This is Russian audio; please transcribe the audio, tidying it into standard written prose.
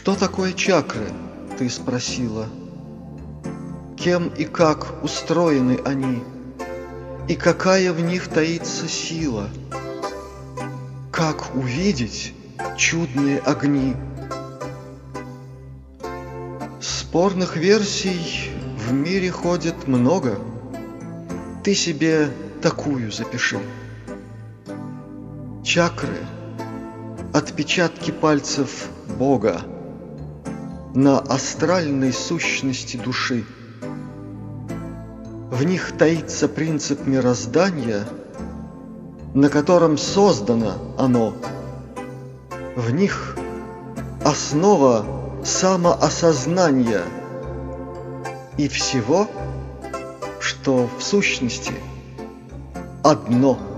Что такое чакры, ты спросила? Кем и как устроены они? И какая в них таится сила? Как увидеть чудные огни? Спорных версий в мире ходит много. Ты себе такую запиши. Чакры — отпечатки пальцев Бога на астральной сущности души. В них таится принцип мироздания, на котором создано оно. В них основа самоосознания и всего, что в сущности одно.